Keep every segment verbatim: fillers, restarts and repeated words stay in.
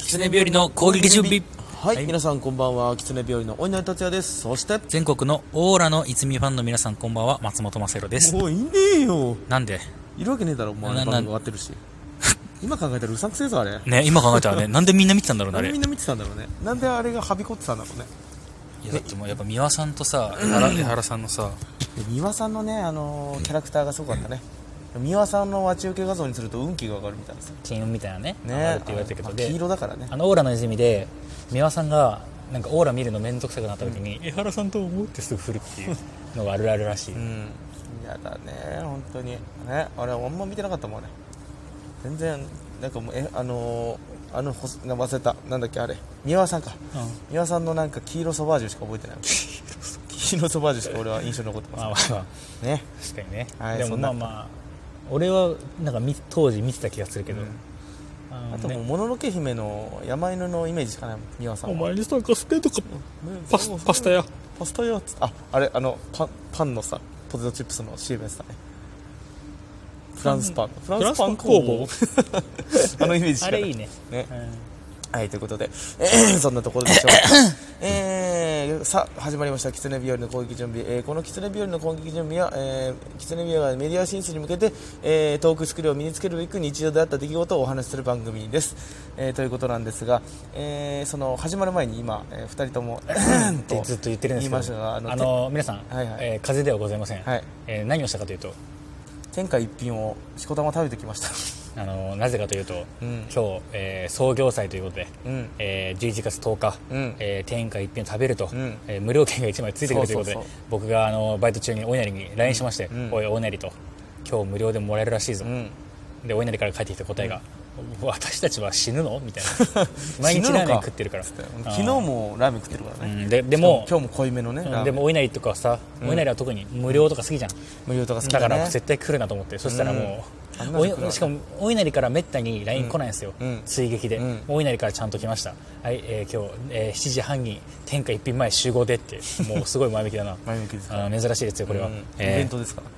狐日和の攻撃準備。 はい、はい、皆さんこんばんは。狐日和のお稲荷達也です。そして全国のオーラのいつみファンの皆さんこんばんは、松本正弘です。 もういいねえよ。 なんでいるわけねえだろ、もう番組終わってるし今考えたらうさんくせえぞあれね。今考えたらねなんでみんな見てたんだろうね。あれなんでみんな見てたんだろうね。なんであれがはびこってたんだろうね。 いやだってもうやっぱ三輪さんとさ江原、江原さんのさ三輪さんのね、あのー、キャラクターがすごかったね。三輪さんの待ち受け画像にすると運気が上がるみたいなさ、 金運みたいなねね上がるって言われたけど、 まあ、 で黄色だからね。 あのオーラの泉で三輪さんがなんかオーラ見るの面倒くさくなった時に、うん、江原さんと思ってすぐ振るっていうのがあるあるらしい。うん、 やだね本当にね。あれあんま見てなかったもんね。全然なんかもうえあのー、あの忘れたなんだっけあれ三輪さんか、うん、三輪さんのなんか黄色ソバージュしか覚えてない黄色ソバージュしか俺は印象に残ってます、ね、まあまあまあね、 確かにね、 はい、 でもまあまあ俺はなんか当時見てた気がするけど、うん、 あ, あともうもののけ姫の山犬のイメージしかないもん三輪さんは。 お前に参加してとか、うん、パ, スパスタやパスタやっつって、ああれあの パ, パンのさポテトチップスの シーエム やつだね。フランスパンフランスパン工房あのイメージしかない。 あれいいね、 ね、うん、はいということで、えー、そんなところでしょうえー、さあ始まりました狐日和の攻撃準備、えー、この狐日和の攻撃準備は、えー、狐日和がメディア進出に向けて、えー、トークスキルを身につけるべく日常であった出来事をお話しする番組です、えー、ということなんですが、えー、その始まる前に今、えー、ふたりともとずっと言ってるんですけど、言いましたが、あのあの皆さん、はいはい、えー、風邪ではございません、はい、えー、何をしたかというと天下一品をしこたま食べてきましたあのなぜかというと、うん、今日、えー、創業祭ということで、うん、えー、じゅういちがつとおか、うん、えー、天下一品を食べると、うん、えー、無料券がいちまいついてくるということで、そうそうそう、僕があのバイト中にお稲荷に ライン しまして、うん、おいお稲荷と今日無料でもらえるらしいぞ、うん、でお稲荷から返ってきた答えが、うん、私たちは死ぬのみたいな毎日ラーメン食ってるから昨日もラーメン食ってるからね、 うん、で, でも今日も濃いめのね、 うん、でもお稲荷とかさ、うん、お稲荷は特に無料とか好きじゃん、 無料とか好きだね、 だから絶対来るなと思って、そしたらもう、うん、おしかもお稲荷からめったに ライン 来ないんですよ、うん、追撃で、うん、お稲荷からちゃんと来ました。はい、えー、今日、えー、しちじはんに天下一品前集合でってもうすごい前向きだな前向きですか、 あ珍しいですよこれは、うん、 えー、イベントですから、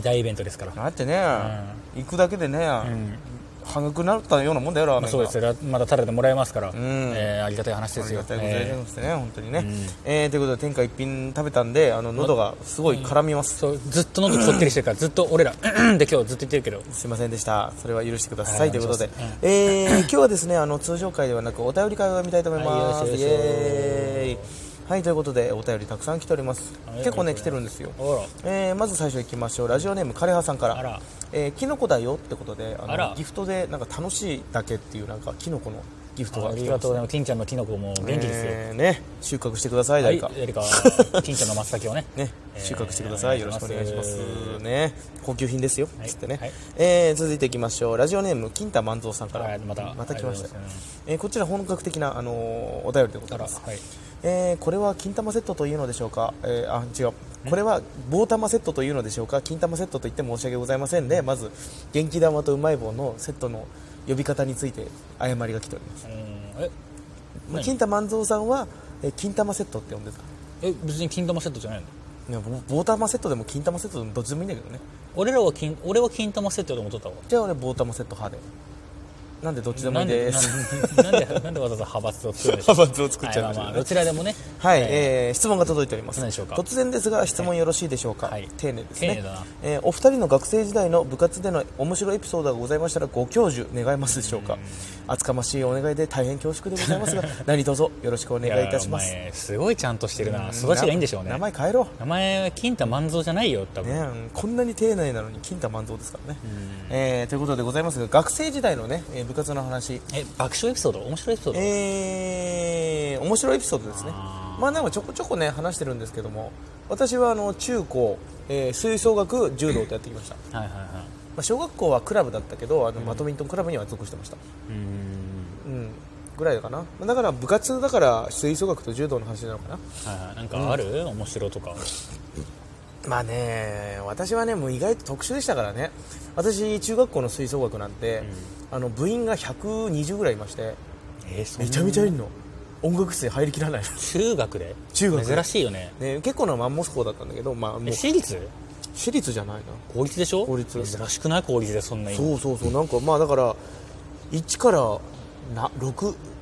大イベントですから。 だってね、うん、行くだけでね、うん半額になったようなもんだよラーメンが、まあ、 そうです、まだタダでもらえますから、うん、えー、ありがたい話ですよ。 ありがたいございますね、えー、本当にね、うん、えー、ということで天下一品食べたんであの喉がすごい絡みます、 うん、そうずっと喉こってりしてるからずっと俺らで今日ずっと言ってるけどすいませんでした。それは許してくださいということで、うん、えー、今日はですねあの通常会ではなくお便り会を見たいと思います、はい、イエーイ。はいということでお便りたくさん来ております。結構ね来てるんですよ、えー、まず最初いきましょう。ラジオネーム枯葉さんから、えー、キノコだよってことであのギフトでなんか楽しいだけっていうなんかキノコのギフトが来てます、ね、ありがとうございます。 ティンちゃんのキノコも元気ですよ、 えー、ね収穫してください誰か、 はい、誰かティンちゃんの真っ先をねね収穫してください、えー、よろしくお願いしますね。高級品ですよ、はい、つってね、はい、えー、続いていきましょう。ラジオネーム金田万蔵さんから、はい、またまた来ました、ねえー、こちら本格的な、あのー、お便りでございます。はい、えー、これは金玉セットというのでしょうか、えー、あ違うこれは棒玉セットというのでしょうか。金玉セットと言って申し訳ございませんで、まず元気玉とうまい棒のセットの呼び方について誤りが来ております。えまあ、金田万蔵さんはえ金玉セットって呼んでた。 え別に金玉セットじゃないの。 いや棒玉セットでも金玉セットでもどっちでもいいんだけどね。 俺らは金俺は金玉セットで思っとったわ。 じゃあ俺棒玉セット派で。なんでどっちでもいいです。 なんでなんでわざわざ派閥を作るんでしょう。 派閥を作っちゃうんですよね。 まあまあどちらでもね。 はい、えー、質問が届いております。 何でしょうか。 突然ですが質問よろしいでしょうか。はい、丁寧ですね。 丁寧だな。 えー、お二人の学生時代の部活での面白いエピソードがございましたらご教授願えますでしょうか。厚かましいお願いで大変恐縮でございますが何卒よろしくお願いいたします。 いやお前すごいちゃんとしてるな。育ちがいいんでしょうね。 名前変えろ。 名前金田万蔵じゃないよ多分、 ね、こんなに丁寧なのに金田万蔵ですからね。えー、ということでございますが学生時代のね部活の話。 え爆笑エピソード面白いエピソード。 えー、面白いエピソードですね。あまあでもちょこちょこね話してるんですけども、私はあの中高、えー、吹奏楽柔道とやってきました。はいはいはい。まあ小学校はクラブだったけどあの、うん、バドミントンクラブには属してました。うん、うん、ぐらいかな。だから部活だから吹奏楽と柔道の話なのかな。 はいはい。なんかある、うん、面白とか。 まあね私はねもう意外と特殊でしたからね。私中学校の吹奏楽なんて、うん、あの部員がひゃくにじゅうぐらいいまして、えー、そんなめちゃめちゃいるの。音楽室に入りきらないの。 中学で中学で珍しいよ ね, ね結構なマンモス校だったんだけど、まあ、もう私立私立じゃないな公立でしょ。 公立珍しくない公立でそんなに。 そうそうそうなんかまあだからいちからなろく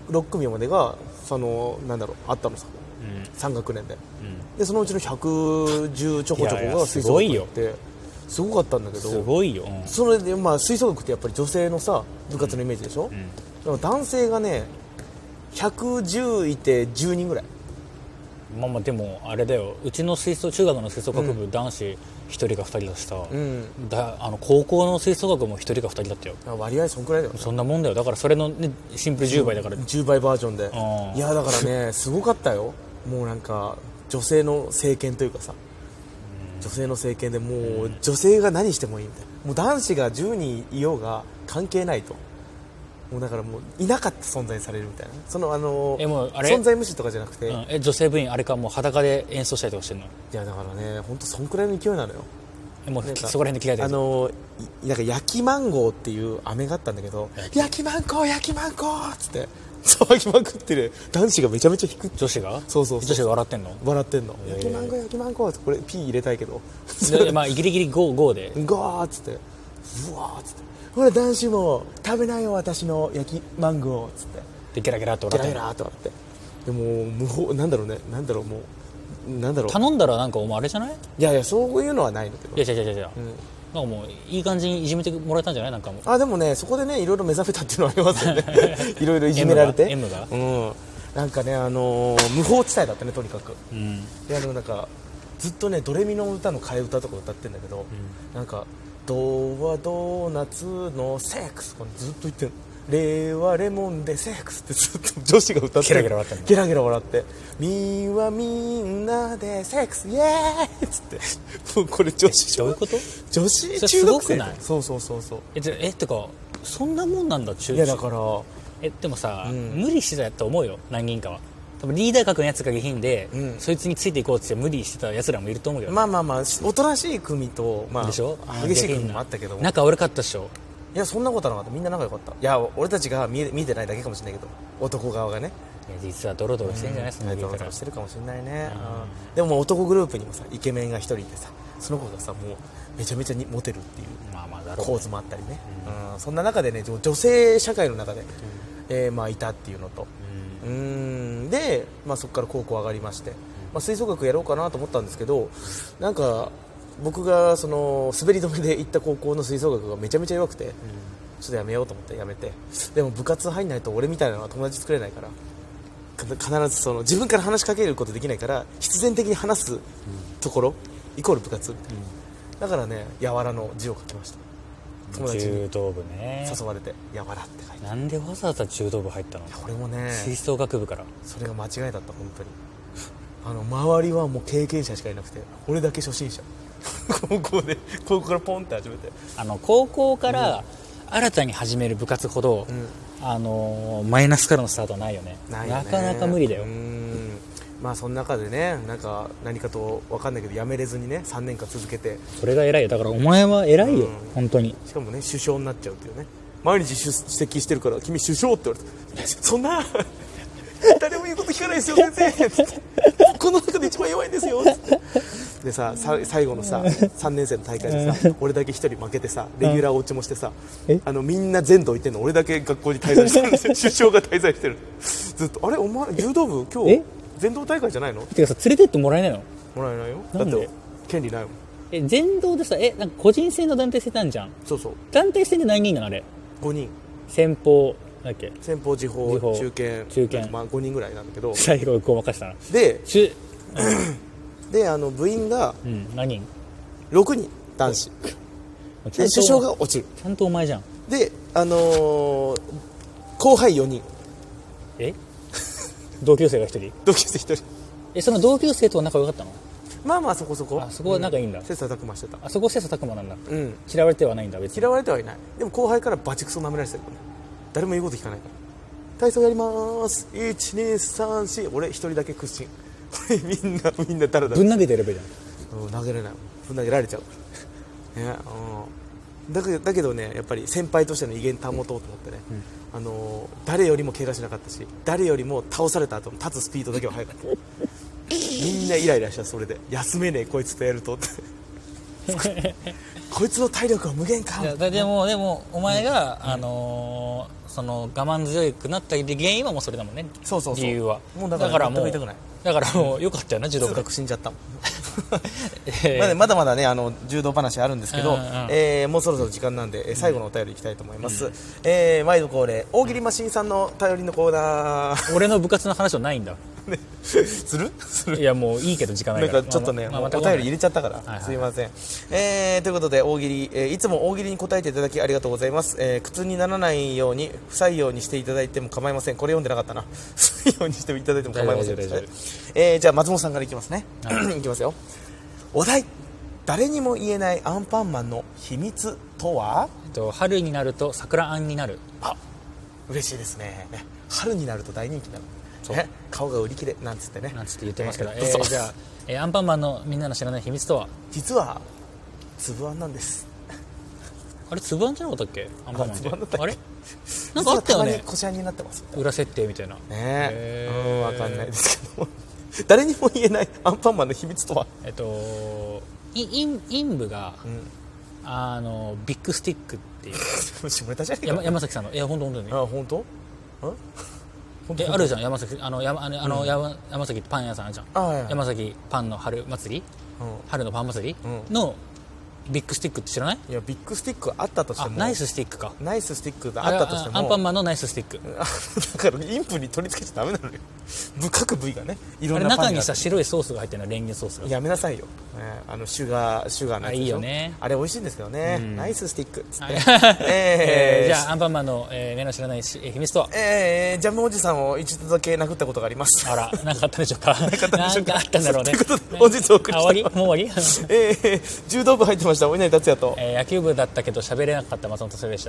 ろく組までがそのなんだろうあったのさ、うん、さん学年で、うん、でそのうちのひゃくじゅうちょこちょこが吹奏楽やってすごかったんだけど、 すごいよ、うん、 それで、まあ、吹奏楽ってやっぱり女性のさ部活のイメージでしょ、うん、でも男性がねひゃくじゅういてじゅうにんぐらい。 まあまあでもあれだよ、うちの吹奏中学の吹奏楽部、うん、男子ひとりかふたりだしさ、うん、だあの高校の吹奏楽もひとりかふたりだったよ。 割合そんくらいだよね。 そんなもんだよ。だからそれの、ね、シンプルじゅうばいだから、うん、 じゅうばいバージョンで、いやだからねすごかったよ。もうなんか女性の政権というかさ、うん、女性の政権でもう女性が何してもいいみたいな、もう男子がじゅうにんいようが関係ないと、もうだからもういなかった存在にされるみたいな、そのあのえもうあれ存在無視とかじゃなくて、うん、 え女性部員あれかもう裸で演奏したりとかしてるの？いやだからね本当そんくらいの勢いなのよ。 えもうそこら辺で着替えてるあのなんか焼きマンゴーっていう飴があったんだけど、焼きマンゴー焼きマンゴーっつって騒ぎまくってる男子がめちゃめちゃ引く。 女子がそうそうそう女子が笑ってんの笑ってんの、焼きマンゴー焼きマンゴーってこれ P 入れたいけどまあギリギリ ゴーゴー でゴーっつってうわーっつってほら男子も食べないよ私の焼きマンゴーっつってでゲラゲラって笑ってゲラゲラって笑ってでも無法なんだろうねなんだろうもうなんだろう頼んだらなんかお前あれじゃない？ いやいやそういうのはないんだけど、 いやいやいやいや、うん、なんかもういい感じにいじめてもらえたんじゃない？なんかもうあでもねそこでねいろいろ目覚めたっていうのはありますよねいろいろいじめられて M が、 M がうんなんかねあのー、無法地帯だったねとにかく、うん、であのなんかずっとねドレミの歌の替え歌とか歌ってるんだけど、うん、なんかドはドーナツのセックスずっと言ってるの。レはレモンでセックスってずっと女子が歌ってゲラゲラ笑ってゲラゲラ笑ってミはみんなでセックスイエーイっつってもうこれ女子どういうこと？ 女子中学生そうそうそうそうええってかそんなもんなんだ中いやだからえでもさ、うん、無理してたと思うよ何人かは。多分リーダー格のやつが下品で、うん、そいつについていこうって無理してたやつらもいると思うよ、ね、 まあまあまあおとなしい組と、まあ、 でしょ激しい組もあったけど仲悪かったでしょ。 いやそんなことなかった。みんな仲良かった。いや俺たちが見え、見えてないだけかもしれないけど男側がねいや実はドロドロしてるんじゃないですか、 うん、ドロドロしてるかもしれないね、うん、でももう男グループにもさイケメンが一人いてさその子がさもうめちゃめちゃにモテるっていう構図もあったりね、うんうん、そんな中でね女性社会の中で、うんえーまあ、いたっていうのと、うん、うんで、まあ、そこから高校上がりまして、まあ、吹奏楽やろうかなと思ったんですけどなんか僕がその滑り止めで行った高校の吹奏楽がめちゃめちゃ弱くて、うん、ちょっとやめようと思ってやめてでも部活入んないと俺みたいなのは友達作れないから必ずその自分から話しかけることできないから必然的に話すところ、うん、イコール部活みたいな、うん、だからねやわらの字を書きました。友達に柔道部ね誘われてやわらって書いてなんでわざわざ柔道部入ったの？いや俺もね吹奏楽部からそれが間違いだった本当にあの周りはもう経験者しかいなくて俺だけ初心者高校で高校からポンって始めてあの高校から新たに始める部活ほど、うん、あのマイナスからのスタートはないよね。 ないよね。 なかなか無理だよ。 うんまあその中でねなんか何かと分かんないけどやめれずにねさんねんかん続けてそれが偉いよ。だからお前は偉いよ、うん、本当に。 しかもね首相になっちゃうっていうね毎日出席してるから君首相って言われてそんな誰も言うこと聞かないですよ先生この中で一番弱いんですよでさ最後のささんねん生の大会でさ俺だけ一人負けてさレギュラー落ちもしてさあのみんな全土行ってんの俺だけ学校に滞在してるんですよ首相が滞在してるずっとあれお前柔道部今日全道大会じゃないのてかさ連れてってもらえないの？ もらえないよ。だって権利ないもん。 え全道でさえなんか個人戦の団体戦なんじゃん。 そうそう団体戦で何人なのあれ？ ごにん。 先方だっけ？ 先方時報中堅中堅まあごにんぐらいなんだけど最後ごまかしたなで中であの部員がうん何人？ ろくにん男子で首相が落ちる。 ちゃんとお前じゃん。 であのー、後輩よにん。 え同級生がひとり？ 同級生ひとり。 えその同級生とは仲良かったの？ まあまあそこそこ。 あそこは仲いいんだ。 切磋琢磨してた。 あそこ切磋琢磨なんだ。 うん。 嫌われてはないんだ別に。 嫌われてはいない。でも後輩からバチクソ舐められてたけどね。誰も言うこと聞かないから。体操やりまーす。いちにさんし俺一人だけ屈伸。みんなみんな誰だ。 ぶん投げてやればいいじゃん。うん投げれない。ぶん投げられちゃう。ねうん。だけどだけどねやっぱり先輩としての威厳保とうと思ってね。うんあの誰よりも怪我しなかったし誰よりも倒された後の立つスピードだけは速かったみんなイライラしたそれで休めねえこいつとやるとってこいつの体力は無限か。 いやでもでもお前が、うん、あのー、その我慢強くなった原因はもうそれだもんね。 そうそうそう、 理由はもうだから、 だからもうだからもうよかったよな、柔道部。 痛覚死んじゃったもんえー、まだまだねあの柔道話あるんですけど、うんうん、えー、もうそろそろ時間なんで、えー、最後のお便りいきたいと思います、うん、えー、毎度恒例大喜利マシンさんの頼りのコーナー。 俺の部活の話はないんだね、するするいやもういいけど時間ないからなんかちょっとね、まあまあ、お便り入れちゃったから、はいはい、すいません、えー、ということで大喜利、えー、いつも大喜利に答えていただきありがとうございます、えー、苦痛にならないように不採用にしていただいても構いません。これ読んでなかったな不採用にしていただいても構いません。えー、じゃあ松本さんからいきますね、はい、いきますよ。お題、誰にも言えないアンパンマンの秘密とは？ えっと、春になると桜あんになる。 あ、嬉しいですね。春になると大人気になる。ね、顔が売り切れなんつってね、 なんつって言ってますけど、えーえー、じゃあ、えー、アンパンマンのみんなの知らない秘密とは？ 実は粒あんなんです。 あれ粒あんじゃなかったっけ？アンパンマンって。あれなんかあったよね。こしあんになってます。 裏設定みたいな。 ねえ、うん、わかんないですけど誰にも言えないアンパンマンの秘密とは？ えっと陰陰部が、うん、あのビッグスティックっていう下ネタじゃねえか。 山山崎さんの、いや本当本当に。 あ、本当？ えあるじゃん、山崎あの山あの、うん、山, 山崎パン屋さんあるじゃん、あ、はいはい、山崎パンの春祭り、うん、春のパン祭りのビッグスティックって知らない？いやビッグスティックあったとしても、 ナイススティックか、 ナイススティックがあったとしてもアンパンマンのナイススティックだからインプに取り付けちゃダメなのよ各部位がね、いろんなパンあれ中にさ白いソースが入ってるの、レンゲソースが。 やめなさいよ、ね、あのシュガーシュガーのやつでしょ。 いいよね、 あれ美味しいんですけどね、うん、ナイススティックっつって、 えー、じゃあアンパンマンの、えー、目の知らない秘密とは？ えー、ジャムおじさんを一度だけ殴ったことがあります。 あら、なんかあったでしょうかなんかあったんだろうねということで本日お送りした終わりもう終わりえー、柔道部入ってましたお稲荷達也と、 えー、野球部だったけど喋れなかった松本それでした。